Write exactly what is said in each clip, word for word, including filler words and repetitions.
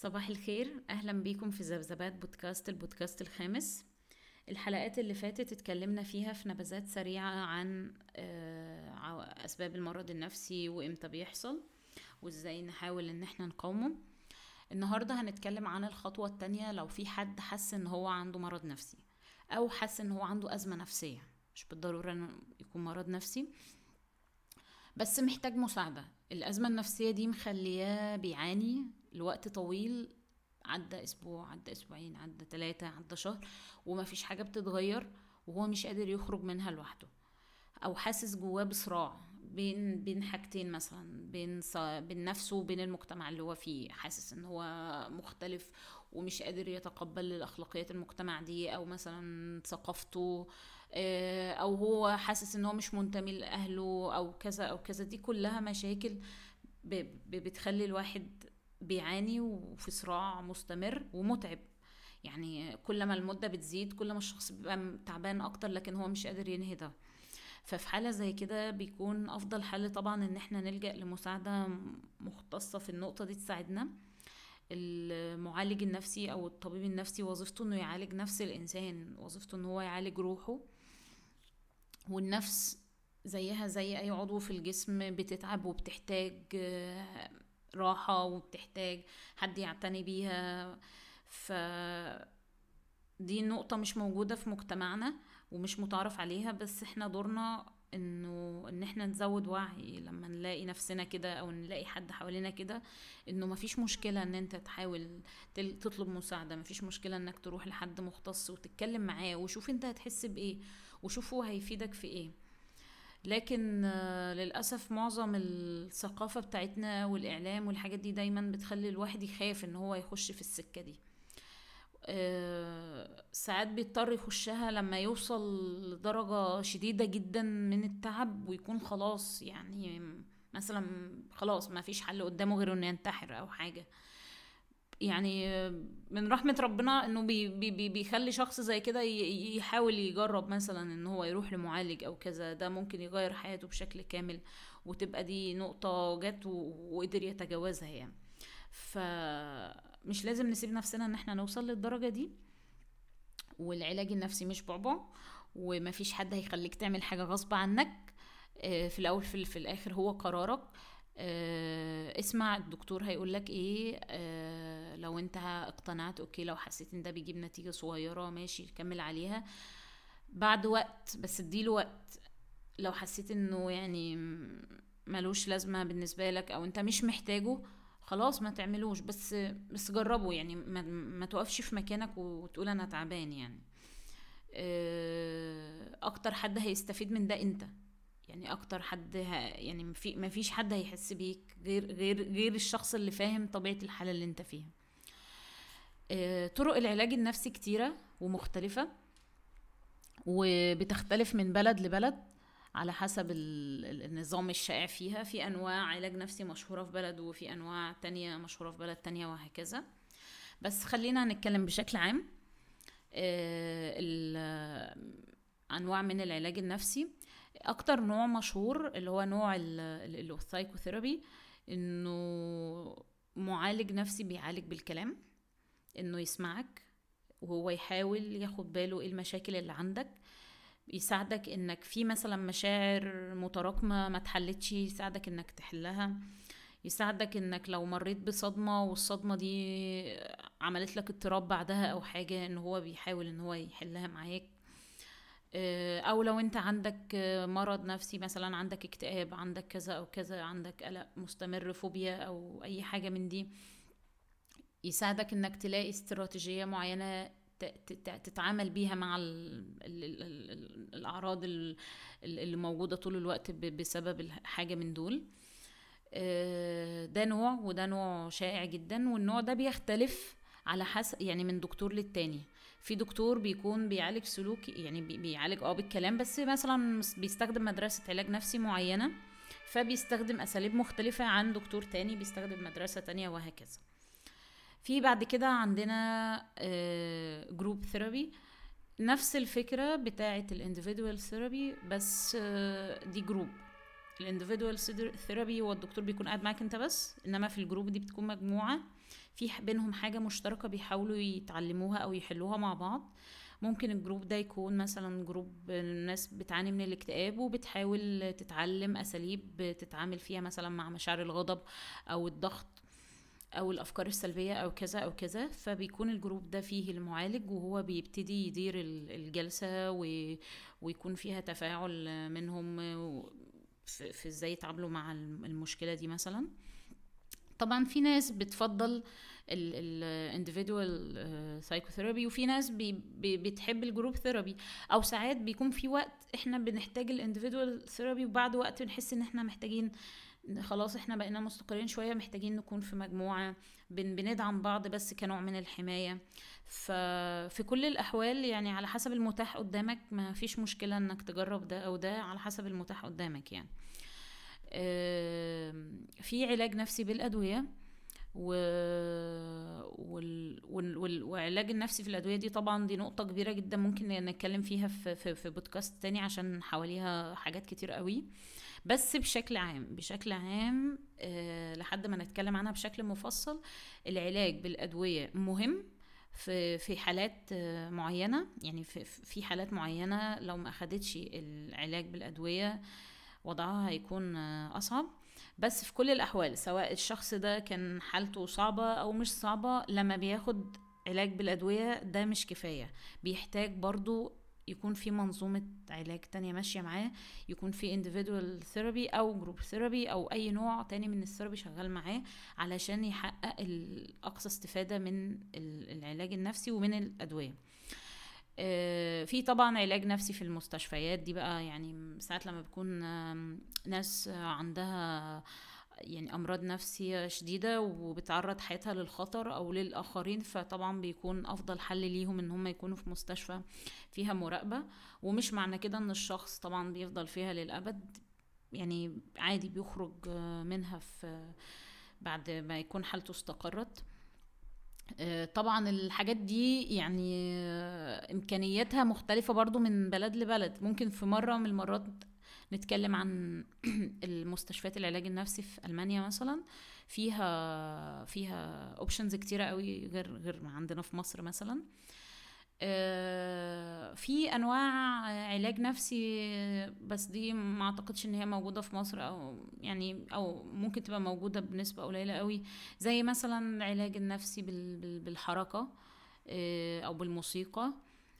صباح الخير، اهلا بيكم في ذبذبات بودكاست البودكاست الخامس. الحلقات اللي فاتت اتكلمنا فيها في نبذات سريعة عن آه، عو- اسباب المرض النفسي وامتى بيحصل وازاي نحاول ان احنا نقاومه. النهاردة هنتكلم عن الخطوة التانية لو في حد حس ان هو عنده مرض نفسي او حس ان هو عنده ازمة نفسية. مش بالضرورة انه يكون مرض نفسي، بس محتاج مساعدة. الأزمة النفسية دي مخلياه بيعاني لوقت طويل، عدى أسبوع، عدى أسبوعين، عدى ثلاثة، عدى شهر، وما فيش حاجة بتتغير، وهو مش قادر يخرج منها لوحده، أو حاسس جواه بصراع بين بين حاجتين، مثلا بين ص- بين نفسه وبين المجتمع اللي هو فيه. حاسس ان هو مختلف ومش قادر يتقبل الأخلاقيات المجتمع دي، او مثلا ثقافته، آه، او هو حاسس ان هو مش منتمي لاهله او كذا او كذا. دي كلها مشاكل ب- ب- بتخلي الواحد بيعاني وفي صراع مستمر ومتعب. يعني كل ما المدة بتزيد كل ما الشخص بيبقى تعبان اكتر، لكن هو مش قادر ينهي ده. ففي حالة زي كده بيكون افضل حل طبعا ان احنا نلجأ لمساعدة مختصة في النقطة دي تساعدنا. المعالج النفسي او الطبيب النفسي وظيفته انه يعالج نفس الانسان، وظيفته ان هو يعالج روحه. والنفس زيها زي اي عضو في الجسم بتتعب وبتحتاج آه، راحة، وبتحتاج حد يعتني بيها. ف دي نقطة مش موجودة في مجتمعنا ومش متعرف عليها، بس احنا دورنا انه ان احنا نزود وعي لما نلاقي نفسنا كده او نلاقي حد حوالينا كده. انه مفيش مشكلة ان انت تحاول تل- تطلب مساعدة، مفيش مشكلة انك تروح لحد مختص وتتكلم معاه وشوف انت هتحس بايه، وشوف هو هيفيدك في ايه. لكن آه، للأسف معظم الثقافة بتاعتنا والإعلام والحاجات دي دايما بتخلي الواحد يخاف ان هو يخش في السكة دي. آه، ساعات بيضطر يخشها لما يوصل لدرجة شديدة جدا من التعب ويكون خلاص، يعني مثلا خلاص ما فيش حل قدامه غير انه ينتحر او حاجة. يعني آه، من رحمة ربنا انه بي بي بي بيخلي شخص زي كده ي- يحاول يجرب مثلا ان هو يروح لمعالج او كذا. ده ممكن يغير حياته بشكل كامل، وتبقى دي نقطة جت و- وقدر يتجاوزها يعني. فمش لازم نسيب نفسنا ان احنا نوصل للدرجة دي. والعلاج النفسي مش بعبع، ومفيش حد هيخليك تعمل حاجة غصب عنك. آه، في الاول في, في الاخر هو قرارك. آه، اسمع الدكتور هيقولك ايه. آه، لو انت اقتنعت اوكي، لو حسيت ان ده بيجيب نتيجة صغيرة ماشي كمل عليها بعد وقت، بس اديله وقت. لو حسيت انه يعني ملوش لازمة بالنسبة لك او انت مش محتاجه، خلاص ما تعملوش. بس بس جربه، يعني ما, ما توقفش في مكانك وتقول انا تعبان يعني. آه، اكتر حد هيستفيد من ده انت. يعني اكتر حد ه... يعني في ما فيش حد هيحس بيك غير غير غير الشخص اللي فاهم طبيعة الحالة اللي انت فيها. آه، طرق العلاج النفسي كتيرة ومختلفة، وبتختلف من بلد لبلد على حسب ال- ال- النظام الشائع فيها. في انواع علاج نفسي مشهورة في بلد، وفي انواع تانية مشهورة في بلد تانية، وهكذا. بس خلينا نتكلم بشكل عام. آه، ال- انواع من العلاج النفسي. اكتر نوع مشهور اللي هو نوع السايكوثيرابي، انه معالج نفسي بيعالج بالكلام، انه يسمعك وهو يحاول ياخد باله ايه المشاكل اللي عندك. يساعدك انك في مثلا مشاعر متراكمة ما اتحلتش، يساعدك انك تحلها. يساعدك انك لو مريت بصدمة والصدمة دي عملت لك اضطراب بعدها او حاجة، ان هو بيحاول ان هو يحلها معاك. آه، او لو انت عندك آه، مرض نفسي، مثلا عندك اكتئاب، عندك كذا او كذا، عندك قلق مستمر، فوبيا او اي حاجة من دي، يساعدك انك تلاقي استراتيجية معينة ت- ت- تتعامل بيها مع ال ال ال ال الأعراض ال- ال- اللي موجودة طول الوقت ب- بسبب الح- حاجة من دول. آه، ده نوع، وده نوع شائع جدا، والنوع ده بيختلف على حسب يعني من دكتور للتاني. في دكتور بيكون بيعالج سلوكي، يعني بي- بيعالج اه بالكلام، بس مثلا بيستخدم مدرسة علاج نفسي معينة، فبيستخدم أساليب مختلفة عن دكتور تاني بيستخدم مدرسة تانية، وهكذا. في بعد كده عندنا جروب ثيرابي، نفس الفكرة بتاعة الانديفيدوال ثيرابي، بس آه، دي جروب. الانديفيدوال ثيرابي هو الدكتور بيكون قاعد معاك انت بس، انما في الجروب دي بتكون مجموعة في بينهم حاجة مشتركة بيحاولوا يتعلموها او يحلوها مع بعض. ممكن الجروب ده يكون مثلا جروب الناس بتعاني من الاكتئاب وبتحاول تتعلم اساليب تتعامل فيها مثلا مع مشاعر الغضب او الضغط او الافكار السلبيه او كذا او كذا. فبيكون الجروب ده فيه المعالج وهو بيبتدي يدير الجلسه ويكون فيها تفاعل منهم في ازاي يتعاملوا مع المشكله دي مثلا. طبعا في ناس بتفضل الانديفيدوال سايكوثيرابي وفي ناس بي بي بتحب الجروب ثيرابي، او ساعات بيكون في وقت احنا بنحتاج الانديفيدوال ثيرابي وبعد وقت بنحس ان احنا محتاجين خلاص احنا بقينا مستقرين شوية محتاجين نكون في مجموعة بن بندعم بعض بس كنوع من الحماية. ففي كل الأحوال يعني على حسب المتاح قدامك، ما فيش مشكلة انك تجرب ده او ده على حسب المتاح قدامك يعني. في علاج نفسي بالأدوية و... وال... وال... وال... وعلاج النفسي في الأدوية دي طبعا دي نقطة كبيرة جدا ممكن نتكلم فيها في, في, في بودكاست تاني عشان حواليها حاجات كتير قوي. بس بشكل عام بشكل عام أه لحد ما نتكلم عنها بشكل مفصل، العلاج بالأدوية مهم في في حالات معينة، يعني في في حالات معينة لو ما أخدتش العلاج بالأدوية وضعها هيكون أصعب. بس في كل الأحوال سواء الشخص ده كان حالته صعبة أو مش صعبة، لما بياخد علاج بالأدوية ده مش كفاية، بيحتاج برضو يكون في منظومة علاج تانية ماشية معاه، يكون في individual therapy أو group therapy أو أي نوع تاني من الثيرابي شغال معاه علشان يحقق أقصى استفادة من العلاج النفسي ومن الأدوية. في طبعا علاج نفسي في المستشفيات دي بقى، يعني ساعات لما بيكون ناس عندها يعني أمراض نفسية شديدة وبتعرض حياتها للخطر أو للآخرين، فطبعا بيكون أفضل حل ليهم إن هم يكونوا في مستشفى فيها مراقبة. ومش معنى كده إن الشخص طبعا بيفضل فيها للأبد، يعني عادي بيخرج منها في بعد ما يكون حالته استقرت. طبعا الحاجات دي يعني إمكانياتها مختلفة برضو من بلد لبلد. ممكن في مرة من المرات نتكلم عن المستشفيات العلاج النفسي في ألمانيا مثلا، فيها فيها اوبشنز كتيرة قوي غير غير ما عندنا في مصر مثلا. في انواع علاج نفسي بس دي ما اعتقدش ان هي موجودة في مصر، او يعني او ممكن تبقى موجودة بنسبة قليلة قوي، زي مثلا العلاج النفسي بالحركة او بالموسيقى،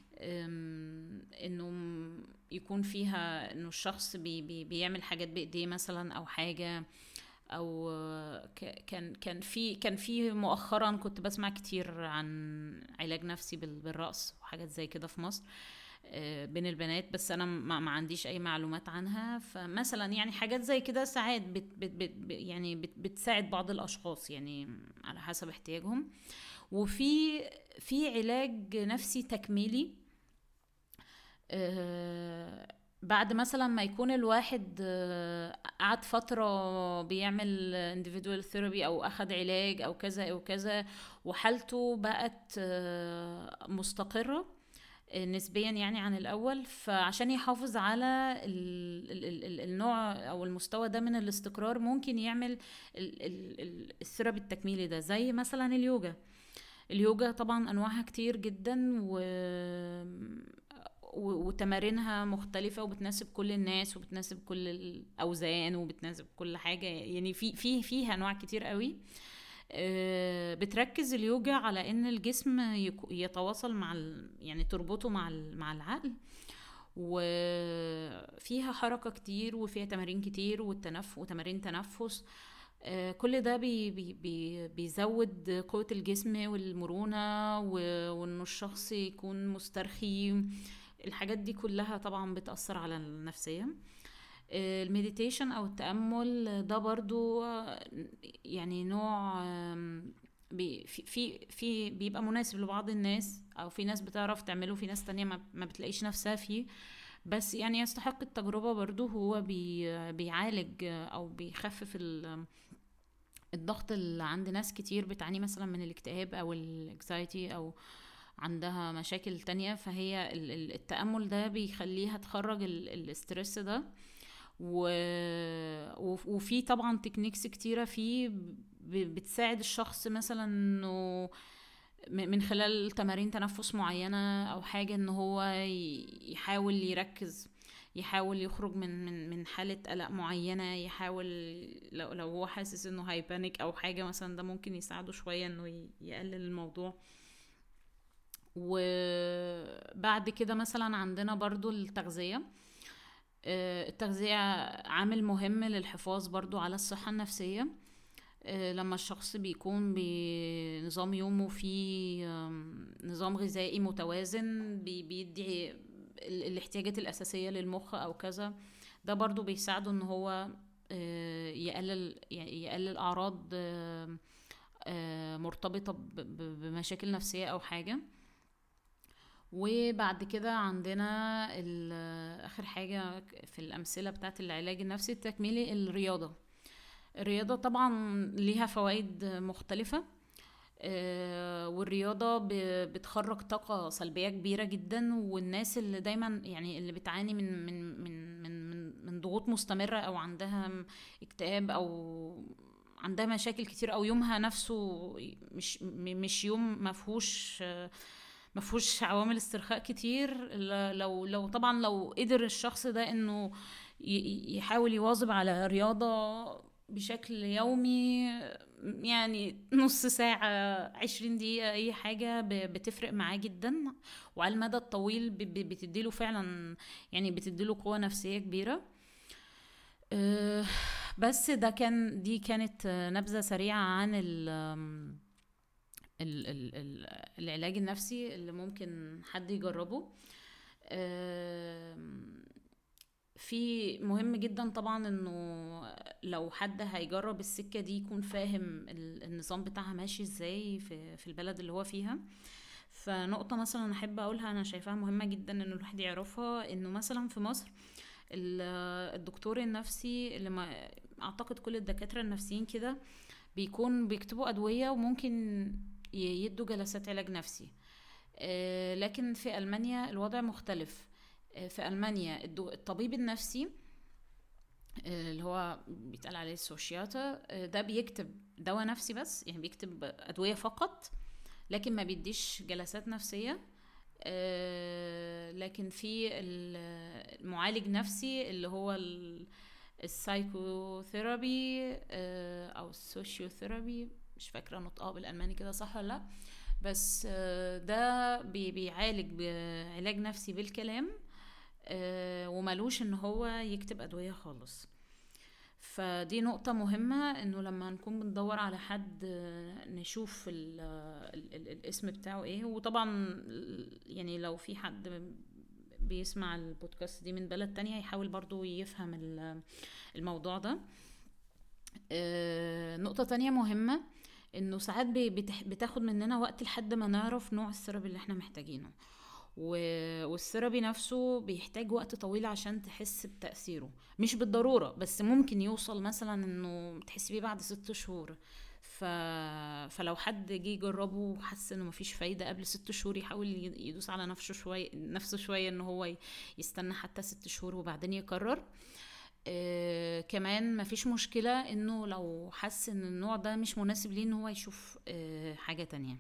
انه يكون فيها انه الشخص بي بي بيعمل حاجات بايديه مثلا او حاجة، او كان كان في كان في مؤخرا كنت بسمع كتير عن علاج نفسي بالرقص وحاجات زي كده في مصر بين البنات، بس انا ما عنديش اي معلومات عنها. فمثلا يعني حاجات زي كده ساعات بت بت بت يعني بت بتساعد بعض الاشخاص يعني على حسب احتياجهم. وفي في علاج نفسي تكميلي، أه بعد مثلا ما يكون الواحد قعد فترة بيعمل individual therapy او اخد علاج او كذا او كذا وحالته بقت مستقرة نسبيا يعني عن الاول، فعشان يحافظ على ال ال ال النوع او المستوى ده من الاستقرار ممكن يعمل الثيرابي التكميلي ده، زي مثلا اليوجا. اليوجا طبعا انواعها كتير جدا و وتمارينها مختلفة وبتناسب كل الناس وبتناسب كل الأوزان وبتناسب كل حاجة، يعني في في فيها أنواع كتير قوي. بتركز اليوجا على إن الجسم يتواصل مع يعني تربطه مع مع العقل، وفيها حركة كتير وفيها تمارين كتير والتنف وتمارين تنفس. كل ده بي بي بي بيزود قوة الجسم والمرونة وإنه الشخص يكون مسترخي. الحاجات دي كلها طبعا بتأثر على النفسية. المديتيشن او التأمل ده برضو يعني نوع بي في في بيبقى مناسب لبعض الناس، او في ناس بتعرف تعمله في ناس تانية ما بتلاقيش نفسها فيه، بس يعني يستحق التجربة برضو. هو بي بيعالج او بيخفف الضغط اللي عند ناس كتير بتعاني مثلا من الاكتئاب او الاكزايتي او عندها مشاكل تانية، فهي التأمل ده بيخليها تخرج الاسترس ده و... وف- وفي طبعا تكنيكس كتيرة فيه ب- بتساعد الشخص مثلا انه م- من خلال تمارين تنفس معينة او حاجة ان هو ي- يحاول يركز، يحاول يخرج من من من حالة قلق معينة، يحاول لو لو هو حاسس انه هيبانيك او حاجة مثلا، ده ممكن يساعده شوية انه ي- يقلل الموضوع. وبعد كده مثلا عندنا برضو التغذية. آه، التغذية عامل مهم للحفاظ برضو على الصحة النفسية. آه، لما الشخص بيكون بنظام يومه فيه آم، نظام غذائي متوازن، بي- بيدي ال- الاحتياجات الأساسية للمخ أو كذا، ده برضو بيساعده ان هو آه، يقلل يعني يقلل أعراض آه، آه، مرتبطة ب- ب- بمشاكل نفسية أو حاجة. وبعد كده عندنا ال- آخر حاجة في الأمثلة بتاعت العلاج النفسي التكميلي، الرياضة. الرياضة طبعا ليها فوائد مختلفة. آه، والرياضة ب- بتخرج طاقة سلبية كبيرة جدا، والناس اللي دايما يعني اللي بتعاني من من من من من, من ضغوط مستمرة او عندها م- اكتئاب او عندها مشاكل كتير، او يومها نفسه مش م- مش يوم مفهوش آه، مفهوش عوامل استرخاء كتير. ل- لو لو طبعا لو قدر الشخص ده انه ي- يحاول يواظب على رياضة بشكل يومي، يعني نص ساعة، عشرين دقيقة، أي حاجة ب- بتفرق معاه جدا، وعلى المدى الطويل ب- ب- بتديله فعلا، يعني بتديله قوة نفسية كبيرة. أه، بس ده كان دي كانت آه، نبذة سريعة عن ال ال ال ال العلاج النفسي اللي ممكن حد يجربه. آم، في مهم جدا طبعا انه لو حد هيجرب السكة دي يكون فاهم ال- النظام بتاعها ماشي ازاي في في البلد اللي هو فيها. فنقطة مثلا احب اقولها انا شايفاها مهمة جدا ان الواحد يعرفها، انه مثلا في مصر ال- الدكتور النفسي اللي ما اعتقد كل الدكاترة النفسيين كده بيكون بيكتبوا ادوية وممكن ي- يدوا جلسات علاج نفسي. آه، لكن في ألمانيا الوضع مختلف. آه، في ألمانيا الدو- الطبيب النفسي آه، اللي هو بيتقال عليه السوشياتا، آه، ده بيكتب دواء نفسي بس، يعني بيكتب أدوية فقط، لكن ما بيديش جلسات نفسية. آه، لكن في ال- المعالج نفسي اللي هو ال- السايكوثيرابي آه، او السوشيوثيرابي، مش فاكرة نطقها بالألماني كده صح ولا لا. بس آه، ده بي- بيعالج بعلاج نفسي بالكلام، آه، وملوش ان هو يكتب ادوية خالص. فدي نقطة مهمة، انه لما نكون بندور على حد آه، نشوف ال ال ال الاسم بتاعه ايه. وطبعا يعني لو في حد بيسمع البودكاست دي من بلد تانية يحاول برضو يفهم ال- الموضوع ده. آه، نقطة تانية مهمة، انه ساعات بي- بتح- بتاخد مننا وقت لحد ما نعرف نوع السيرب اللي احنا محتاجينه. و- والسيرابي نفسه بيحتاج وقت طويل عشان تحس بتأثيره، مش بالضرورة، بس ممكن يوصل مثلا انه تحس بيه بعد ست شهور. ف... فلو حد جه يجربه وحس انه مفيش فايدة قبل ست شهور، يحاول ي- يدوس على نفسه شوية نفسه شوية ان هو ي- يستنى حتى ست شهور وبعدين يقرر. آه كمان مفيش مشكلة انه لو حس ان النوع ده مش مناسب ليه ان هو يشوف آه حاجة تانية.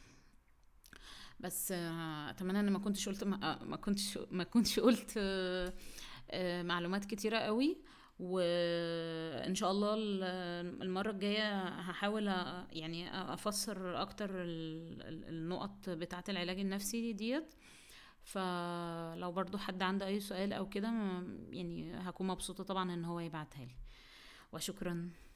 بس آه، اتمنى ان ما كنتش قلت ما, آه، ما كنتش ما كنتش قلت آه، آه، معلومات كتيرة قوي. وان شاء الله ال- المرة الجاية هحاول أ- يعني افسر اكتر ال- ال- النقط بتاعة العلاج النفسي ديت. فلو برضو حد عنده اي سؤال او كده، م- يعني هكون مبسوطة طبعا ان هو يبعتها لي. وشكرا.